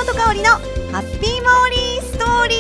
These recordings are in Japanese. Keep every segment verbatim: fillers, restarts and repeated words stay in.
本香里のハッピーモーリーストーリ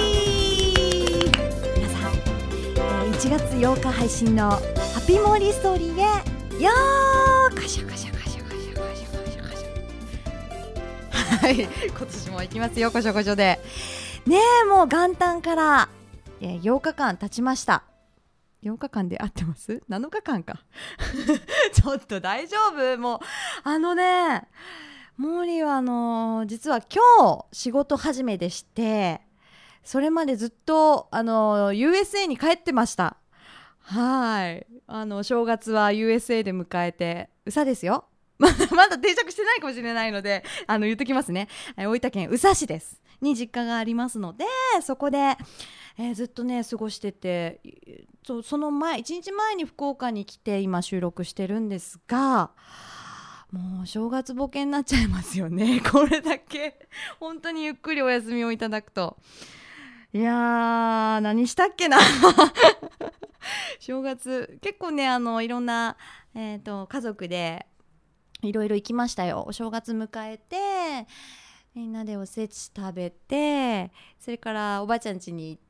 ー。皆さん、えー、いちがつようか配信のハッピーモーリーストーリーへよーかしょかしょかしょかしょかしょかしょかしょ。はい、今年も行きますよ、こしょこしょでね。えもう元旦から、えー、ようかかん経ちました。ようかかんで合ってます？なのかかんかちょっと大丈夫？もうあのね、モーリーはあのー、実は今日仕事始めでして、それまでずっとあのー、ユーエスエー に帰ってました。はい、あの正月は ユーエスエー で迎えて、うさですよまだまだ定着してないかもしれないので、あの言っときますね。大分県宇佐市ですに実家がありますので、そこで、えー、ずっとね過ごしてて、そ, その前いちにちまえに福岡に来て今収録してるんですが、もう正月ボケになっちゃいますよねこれだけ本当にゆっくりお休みをいただくと。いやー、何したっけな正月結構ね、あのいろんな、えーと、家族でいろいろ行きましたよ。お正月迎えてみんなでおせち食べて、それからおばあちゃん家に行って、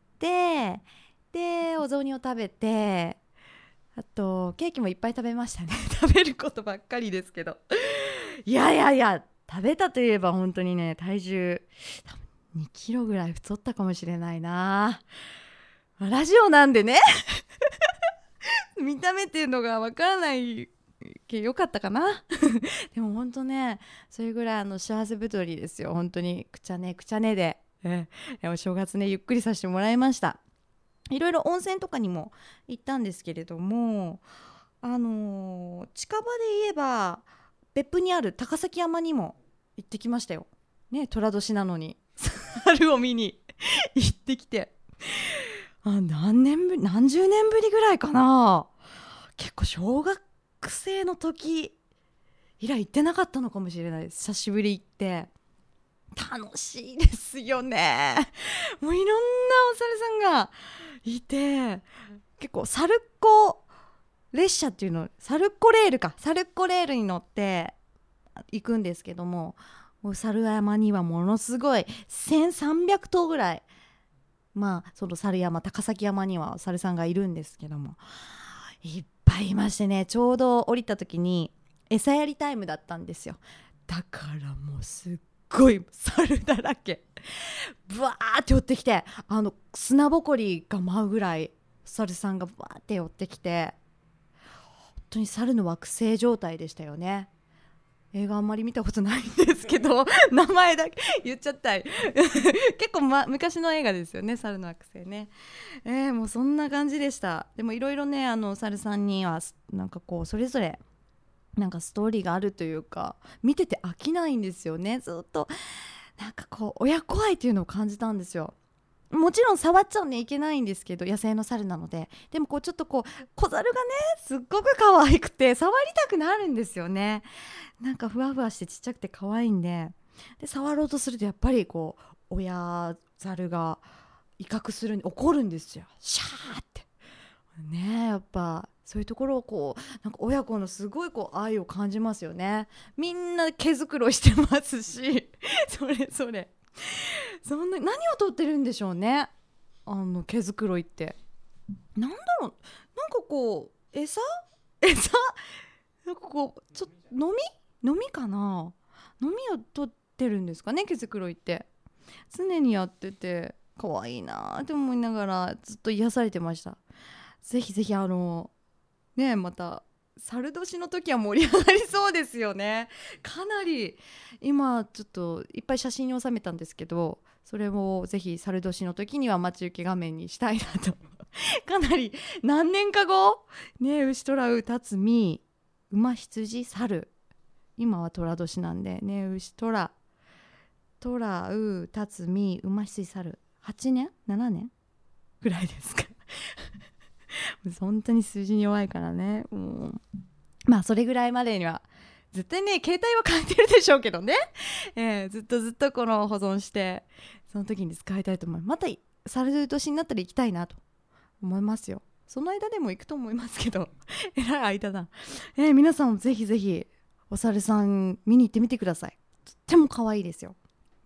でお雑煮を食べて、あとケーキもいっぱい食べましたね食べることばっかりですけどいやいやいや、食べたといえば本当にね、体重多分にキロぐらい太ったかもしれないな。ラジオなんでね見た目っていうのがわからないけよかったかなでも本当ね、それぐらいあの幸せ太りですよ。本当にくちゃねくちゃねで、えお正月ねゆっくりさせてもらいました。いろいろ温泉とかにも行ったんですけれども、あのー、近場で言えば別府にある高崎山にも行ってきましたよね。寅年なのに春を見に行ってきて、あ何年ぶり何十年ぶりぐらいかな。結構小学生の時以来行ってなかったのかもしれないです。久しぶり行って楽しいですよね。もういろんなお猿さんがいて、結構サルッコ列車っていうの、サルッコレールかサルッコレールに乗って行くんですけども、もう猿山にはものすごいせんさんびゃくとうぐらい、まあその猿山高崎山には猿さんがいるんですけども、いっぱいいましてね、ちょうど降りた時に餌やりタイムだったんですよ。だからもうすっごい猿だらけ、ブワーって寄ってきて、あの砂ぼこりが舞うぐらい猿さんがブワーって寄ってきて、本当に猿の惑星状態でしたよね。映画あんまり見たことないんですけど名前だけ言っちゃったい結構、ま、昔の映画ですよね、猿の惑星ね。えー、もうそんな感じでした。でもいろいろね、あの猿さんにはなんかこうそれぞれなんかストーリーがあるというか、見てて飽きないんですよね。ずっとなんかこう親子愛っていうのを感じたんですよ。もちろん触っちゃうねいけないんですけど、野生の猿なので。でもこうちょっとこう小猿がねすっごく可愛くて触りたくなるんですよね。なんかふわふわしてちっちゃくて可愛いんで、で触ろうとするとやっぱりこう親猿が威嚇するんで怒るんですよ、シャーってね。やっぱそういうところをこうなんか親子のすごいこう愛を感じますよね。みんな毛づくろいしてますしそれぞれそんな何を取ってるんでしょうね、あの毛づくろいって。なんだろう、なんかこう餌餌なんかこうちょ飲み飲みかな、飲みを取ってるんですかね、毛づくろいって。常にやってて可愛いなって思いながらずっと癒されてました。ぜひぜひあのね、また猿年の時は盛り上がりそうですよね。かなり今ちょっといっぱい写真に収めたんですけど、それもぜひ猿年の時には待ち受け画面にしたいなとかなり何年か後ね、牛虎うたつみ馬羊猿、今は虎年なんでね、牛虎虎うたつみ馬羊猿はちねんななねんぐらいですか本当に数字に弱いからね。もうまあそれぐらいまでには絶対ね携帯は変えてるでしょうけどね、えー、ずっとずっとこの保存してその時に使いたいと思います。また猿年になったら行きたいなと思いますよ。その間でも行くと思いますけどえらい間だ、えー、皆さんもぜひぜひお猿さん見に行ってみてください。とっても可愛いですよ。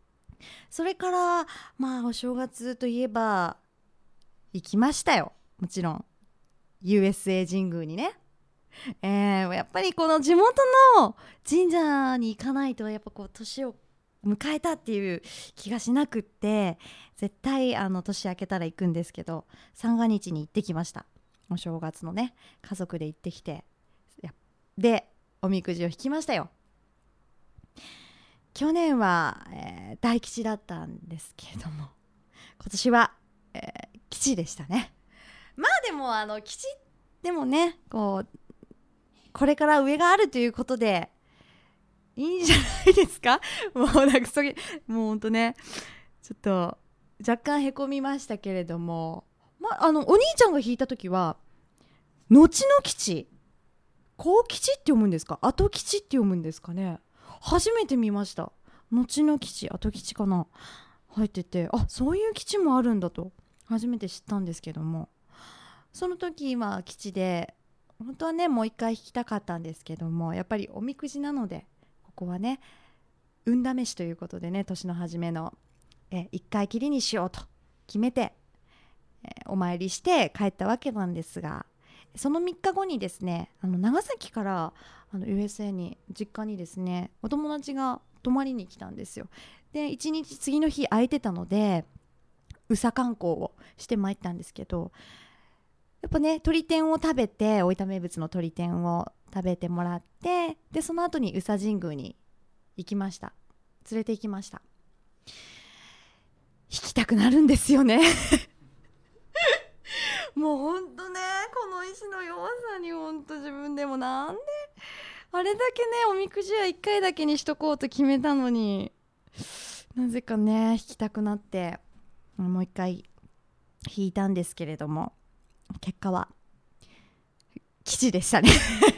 それからまあお正月といえば行きましたよ。もちろん ユーエスエー 神宮にね、えー、やっぱりこの地元の神社に行かないとやっぱこう年を迎えたっていう気がしなくって、絶対あの年明けたら行くんですけど、三が日に行ってきました。お正月のね、家族で行ってきて、でおみくじを引きましたよ。去年は、えー、大吉だったんですけれども、今年は、えー、吉でしたね。まあでもあの吉でもね、こうこれから上があるということでいいんじゃないですか。もうなんかそれもうほんとね、ちょっと若干へこみましたけれども、まあのお兄ちゃんが引いた時は後の吉、後吉って読むんですか、後吉って読むんですかね。初めて見ました。後の吉、後吉かな、入ってて、あ、そういう吉もあるんだと初めて知ったんですけども、その時は吉で本当はねもう一回引きたかったんですけども、やっぱりおみくじなのでここはね運試しということでね、年の初めのえ一回きりにしようと決めて、えお参りして帰ったわけなんですが、そのみっかごにですね、あの長崎からあの ユーエスエー に実家にですねお友達が泊まりに来たんですよ。でいちにち次の日空いてたので宇佐観光をしてまいったんですけど、やっぱね鶏天を食べて、大分名物の鶏天を食べてもらって、でその後に宇佐神宮に行きました。連れて行きました。引きたくなるんですよねもうほんとね、この意志の弱さにほんと自分でもなんであれだけねおみくじはいっかいだけにしとこうと決めたのに、なぜかね引きたくなってもう一回引いたんですけれども、結果は吉でしたね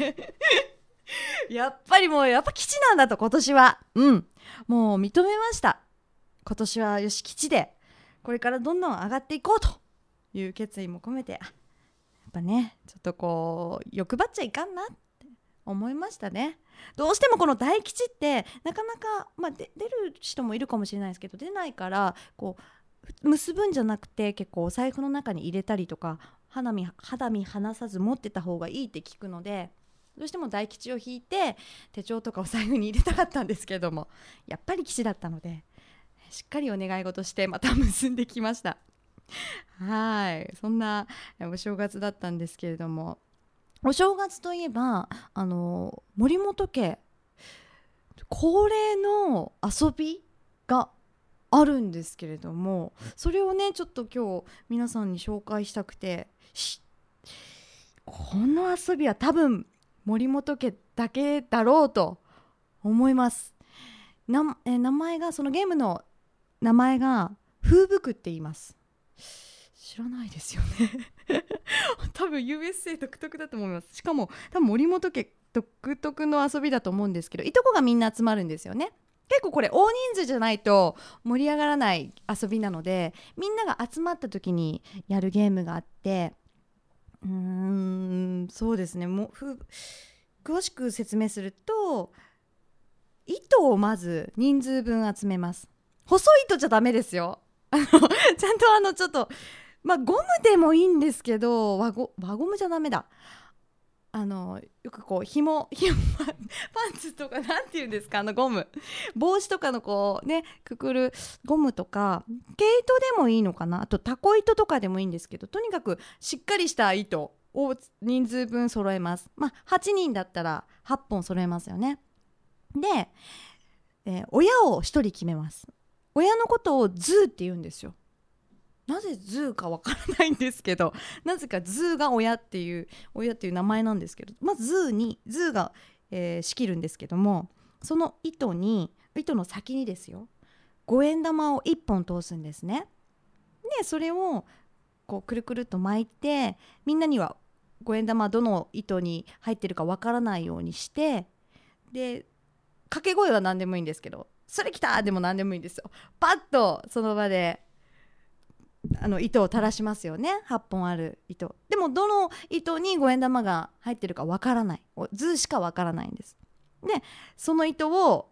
やっぱりもうやっぱ吉なんだと今年は、うんもう認めました。今年はよし吉でこれからどんどん上がっていこうという決意も込めて、やっぱねちょっとこう欲張っちゃいかんなって思いましたね。どうしてもこの大吉ってなかなか、まあ、で出る人もいるかもしれないですけど、出ないからこう結ぶんじゃなくて結構お財布の中に入れたりとか肌身肌身離さず持ってた方がいいって聞くので、どうしても大吉を引いて手帳とかお財布に入れたかったんですけども、やっぱり吉だったのでしっかりお願い事してまた結んできました。はい、そんなお正月だったんですけれども、お正月といえばあの森本家恒例の遊びがあるんですけれども、それをねちょっと今日皆さんに紹介したくて、この遊びは多分森本家だけだろうと思います。なえ名前がそのゲームの名前が風吹くって言います。知らないですよね多分 ユーエスエー 独特だと思います。しかも多分森本家独特の遊びだと思うんですけど、いとこがみんな集まるんですよね。結構これ大人数じゃないと盛り上がらない遊びなので、みんなが集まった時にやるゲームがあって、うーんそうですね、もうふ詳しく説明すると、糸をまず人数分集めます。細い糸じゃダメですよあのちゃんとあのちょっとまあゴムでもいいんですけど、輪ゴ輪ゴムじゃダメだ、あのよくこう紐紐パンツとかなんていうんですか、あのゴム帽子とかのこうねくくるゴムとか毛糸でもいいのかな、あとタコ糸とかでもいいんですけど、とにかくしっかりした糸を人数分揃えます。まあはちにんだったらはっぽん揃えますよね。で、えー親をひとり決めます。親のことをズーって言うんですよ。なぜズーかわからないんですけど、なぜかズーが親っていう親っていう名前なんですけど、まずズーにズーが、えー仕切るんですけども、その糸に糸の先にですよ、ごえん玉をいっぽん通すんですね。でそれをこうくるくるっと巻いて、みんなにはごえん玉どの糸に入ってるかわからないようにして、で掛け声は何でもいいんですけど、それきたでも何でもいいんですよ。パッとその場であの糸を垂らしますよね。はっぽんある糸でもどの糸にごえん玉が入ってるかわからない、ズーしかわからないんです。でその糸を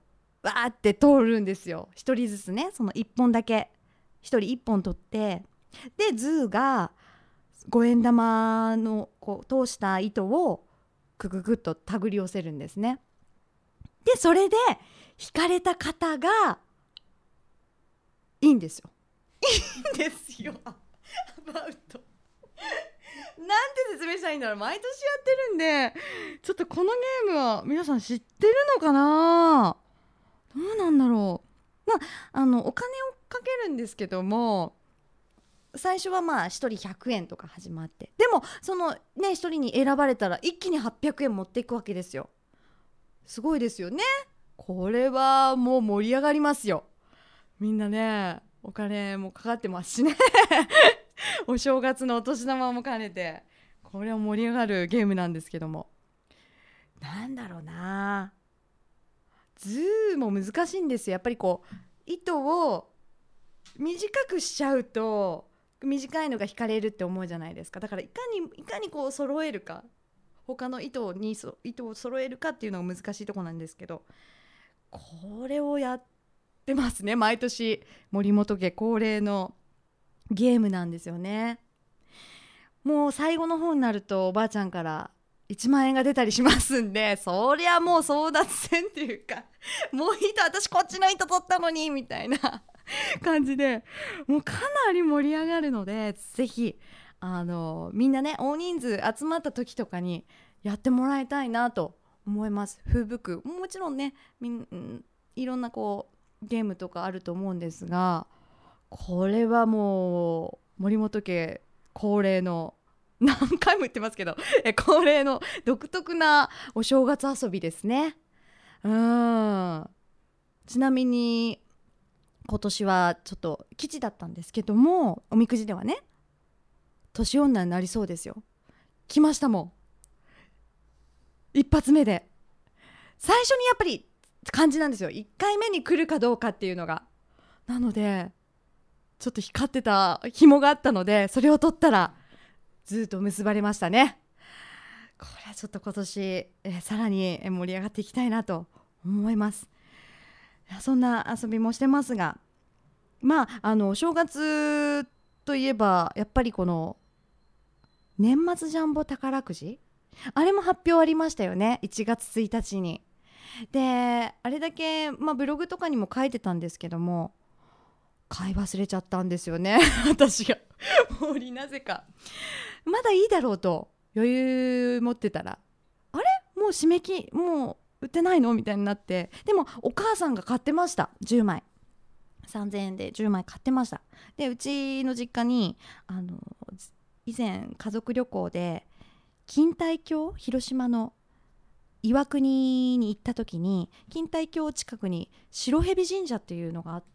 わーって通るんですよ。一人ずつね、そのいっぽんだけ一人いっぽん取って、でズーがごえん玉のこう通した糸をクククッと手繰り寄せるんですね。でそれで引かれた方がいいんですよ。いいんですよ。アバウトなんて説明したらいいんだろう。毎年やってるんで、ちょっとこのゲームは皆さん知ってるのかな。どうなんだろう。まあ、あのお金をかけるんですけども、最初はまあひとりひゃくえんとか始まって、でもそのねひとりに選ばれたら一気にはっぴゃくえん持っていくわけですよ。すごいですよね。これはもう盛り上がりますよ。みんなねお金もかかってますしねお正月のお年玉も兼ねて、これは盛り上がるゲームなんですけども、なんだろうな、ズーも難しいんですよ。やっぱりこう糸を短くしちゃうと短いのが引かれるって思うじゃないですか。だからいかにいかにこう揃えるか、他の糸にそ糸を揃えるかっていうのが難しいところなんですけど、これをやってますね。毎年森本家恒例のゲームなんですよね。もう最後の方になるとおばあちゃんからいちまんえんが出たりしますんで、そりゃもう争奪戦っていうか、もう糸私こっちの糸取ったのにみたいな感じで、もうかなり盛り上がるので、ぜひあのみんなね大人数集まった時とかにやってもらいたいなと思います。風ブクもちろんね、みんいろんなこうゲームとかあると思うんですが、これはもう森本家恒例の、何回も言ってますけどえ恒例の独特なお正月遊びですね。うーん、ちなみに今年はちょっと吉だったんですけども、おみくじではね年女になりそうですよ。来ましたもん、一発目で。最初にやっぱり感じなんですよ、いっかいめに来るかどうかっていうのが。なのでちょっと光ってた紐があったので、それを取ったらずっと結ばれましたね。これはちょっと今年えさらに盛り上がっていきたいなと思います。そんな遊びもしてますが、まああのお正月といえばやっぱりこの年末ジャンボ宝くじ、あれも発表ありましたよね、いちがつついたちに。であれだけ、まあ、ブログとかにも書いてたんですけども、買い忘れちゃったんですよね私がもうなぜかまだいいだろうと余裕持ってたら、あれもう締め切もう売ってないのみたいになって、でもお母さんが買ってました。じゅうまいさんぜんえんでじゅうまい買ってました。でうちの実家にあの以前家族旅行で錦帯橋、広島の岩国に行った時に錦帯橋近くに白蛇神社っていうのがあって、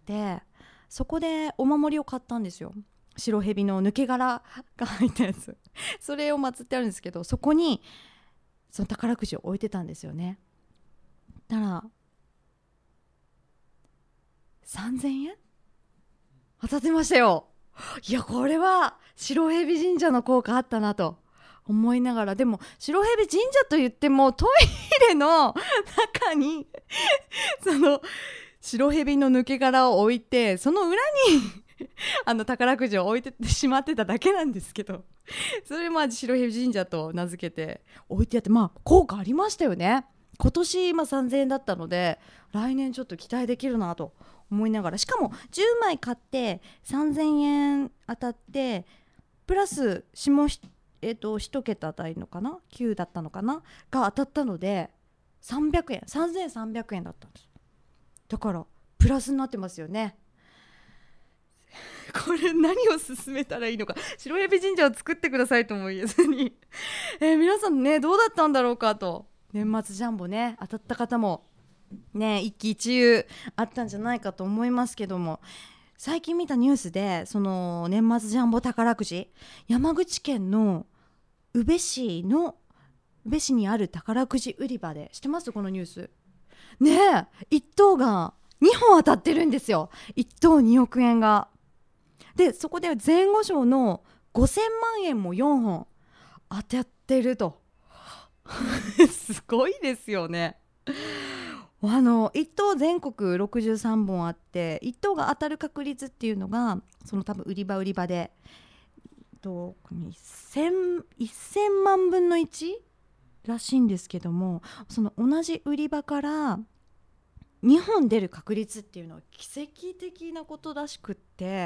そこでお守りを買ったんですよ。白蛇の抜け殻が入ったやつそれを祀ってあるんですけど、そこにその宝くじを置いてたんですよね。だからさんぜんえん当たってましたよ。いやこれは白蛇神社の効果あったなと思いながら、でも白蛇神社といってもトイレの中にその白蛇の抜け殻を置いて、その裏にあの宝くじを置いてしまってただけなんですけど、それまあ白蛇神社と名付けて置いてあって、まあ効果ありましたよね。今年まあさんぜんえんだったので、来年ちょっと期待できるなと思いながら、しかもじゅうまい買ってさんぜんえん当たって、プラス下ひえー、といち桁だいのかな、きゅうだったのかなが当たったのでさんびゃくえん、さんぜんさんびゃくえんだったんです。だからプラスになってますよね。これ何を進めたらいいのか、白蛇神社を作ってくださいとも言えずにえー、皆さんねどうだったんだろうかと。年末ジャンボね当たった方もね一喜一憂あったんじゃないかと思いますけども、最近見たニュースでその年末ジャンボ宝くじ、山口県の宇部市の宇部市にある宝くじ売り場で、知ってますこのニュースねえ、いっ等がにほん当たってるんですよ。いっ等におくえんが。でそこで前後賞のごせんまんえんもよんほん当たってるとすごいですよね。 あのいっ等全国ろくじゅうさんぼんあって、いっ等が当たる確率っていうのがその多分売り場売り場でとせんまんぶんのいちらしいんですけども、その同じ売り場からにほん出る確率っていうのは奇跡的なことらしくって、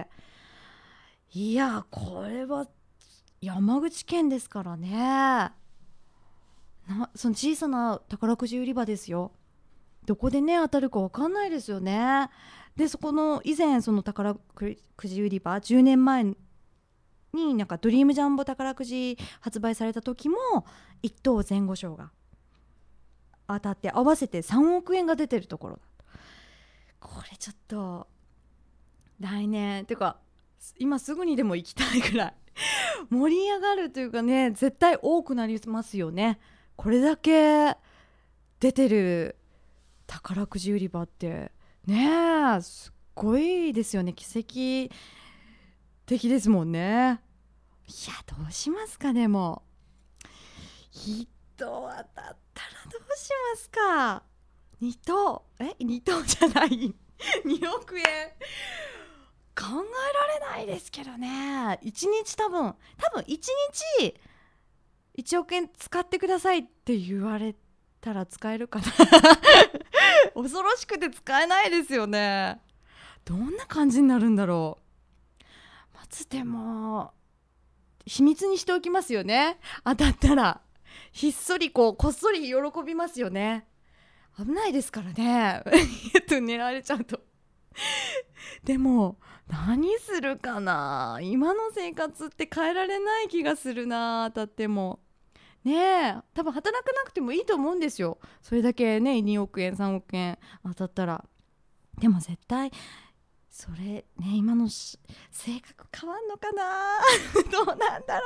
いやこれは山口県ですからね、なその小さな宝くじ売り場ですよ。どこでね当たるか分かんないですよね。でそこの以前その宝くじ売り場じゅうねんまえになんかドリームジャンボ宝くじ発売された時もいっ等前後賞が当たって合わせてさんおくえんが出てるところだ。これちょっと来年ていうか今すぐにでも行きたいぐらい盛り上がるというかね、絶対多くなりますよね。これだけ出てる宝くじ売り場ってねえすっごいですよね。奇跡的ですもんね。いやどうしますか。でもいっ等当たったらどうしますか。に等えに等じゃないにおくえん考えられないですけどね。いちにち多分多分いちにちいちおくえん使ってくださいって言われたら使えるかな恐ろしくて使えないですよね。どんな感じになるんだろう。まずでも秘密にしておきますよね。当たったらひっそりこうこっそり喜びますよね。危ないですからね狙われちゃうとでも何するかな。今の生活って変えられない気がするな。当たってもねえ多分働かなくてもいいと思うんですよ。それだけねにおくえんさんおくえん当たったら。でも絶対それね今の性格変わんのかなどうなんだろうな変わり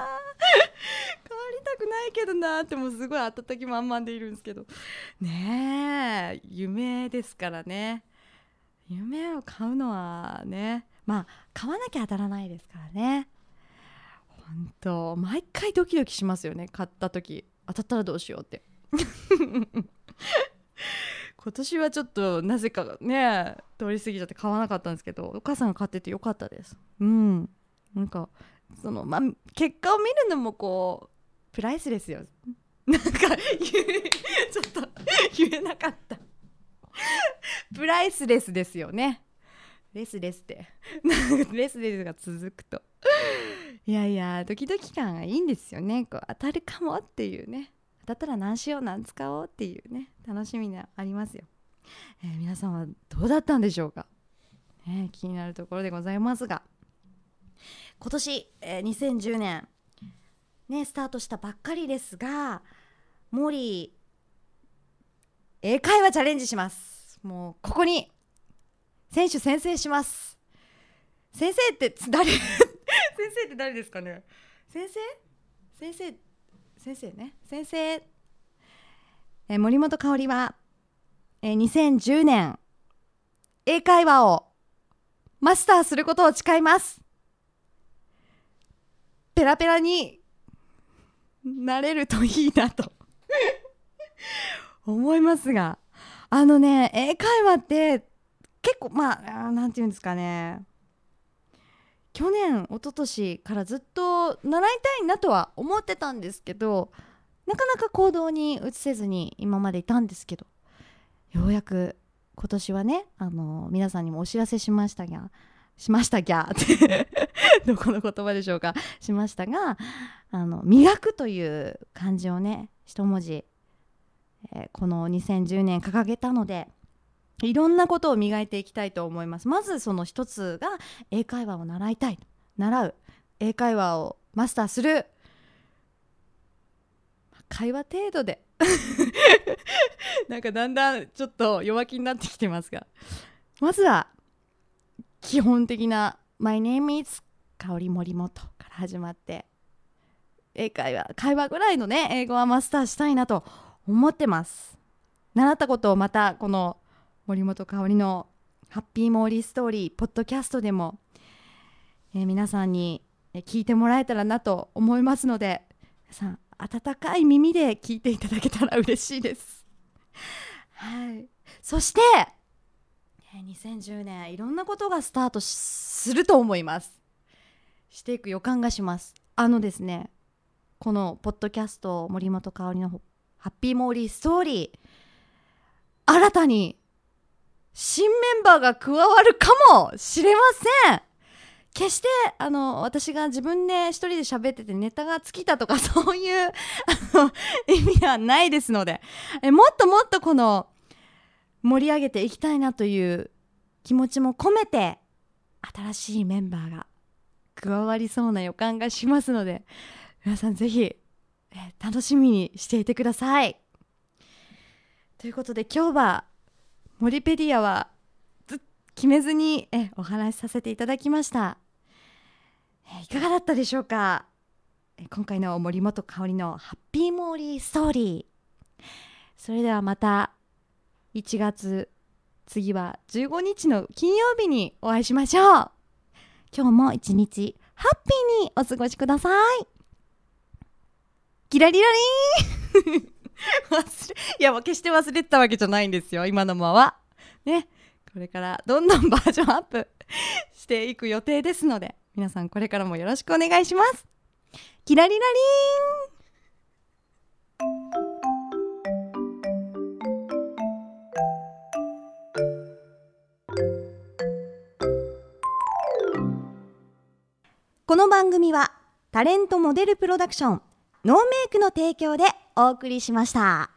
たくないけどなってもうすごい温き満々でいるんですけどねえ夢ですからね。夢を買うのはねまあ買わなきゃ当たらないですからね。本当毎回ドキドキしますよね。買った時当たったらどうしようって今年はちょっとなぜかね通り過ぎちゃって買わなかったんですけど、お母さんが買っててよかったです。うんなんかその、ま、結果を見るのもこうプライスレスよ。なんかちょっと言えなかったプライスレスですよね。レスレスってレスレスが続くといやいやドキドキ感がいいんですよね。こう当たるかもっていうね、当たったら何しよう何使おうっていうね楽しみがありますよ。えー、皆さんはどうだったんでしょうか、ね、気になるところでございますが、今年、えー、にせんじゅうねんねスタートしたばっかりですが、モーリー英会話チャレンジします。もうここに選手宣誓します。先生って誰先生って誰ですかね。先生先生先生ね先生、えー、森本香織は、えー、にせんじゅうねん英会話をマスターすることを誓います。ペラペラになれるといいなと思いますが、あのね英会話って結構まあなんていうんですかね、去年一昨年からずっと習いたいなとは思ってたんですけど、なかなか行動に移せずに今までいたんですけど、ようやく今年はねあの皆さんにもお知らせしましたがしましたぎゃってどこの言葉でしょうかしましたが、あの磨くという漢字をね一文字、えー、このにせんじゅうねん掲げたので、いろんなことを磨いていきたいと思います。まずその一つが英会話を習いたい、習う、英会話をマスターする、会話程度でなんかだんだんちょっと弱気になってきてますが、まずは基本的な My name is 香織森本から始まって、英会話会話ぐらいのね英語はマスターしたいなと思ってます。習ったことをまたこの森本香織のハッピーモーリーストーリーポッドキャストでも、えー、皆さんに聞いてもらえたらなと思いますので、皆さん温かい耳で聞いていただけたら嬉しいですはい。 そしてにせんじゅうねんいろんなことがスタートすると思います。していく予感がします。あのですね、このポッドキャスト森本香織のハッピーモーリーストーリー、新たに新メンバーが加わるかもしれません。決してあの私が自分で一人で喋っててネタが尽きたとかそういうあの意味ではないですので、えもっともっとこの盛り上げていきたいなという気持ちも込めて、新しいメンバーが加わりそうな予感がしますので、皆さんぜひえ楽しみにしていてください。ということで今日はモリペディアはず決めずにえお話しさせていただきました。えいかがだったでしょうか。え今回の森本香織のハッピーモーリーストーリー、それではまたいちがつ、次はじゅうごにちの金曜日にお会いしましょう。今日も一日ハッピーにお過ごしください。キラリラリーン忘れいやもう決して忘れてたわけじゃないんですよ。今のままね、これからどんどんバージョンアップしていく予定ですので、皆さんこれからもよろしくお願いします。キラリラリーン。この番組はタレントモデルプロダクションノーメイクの提供でお送りしました。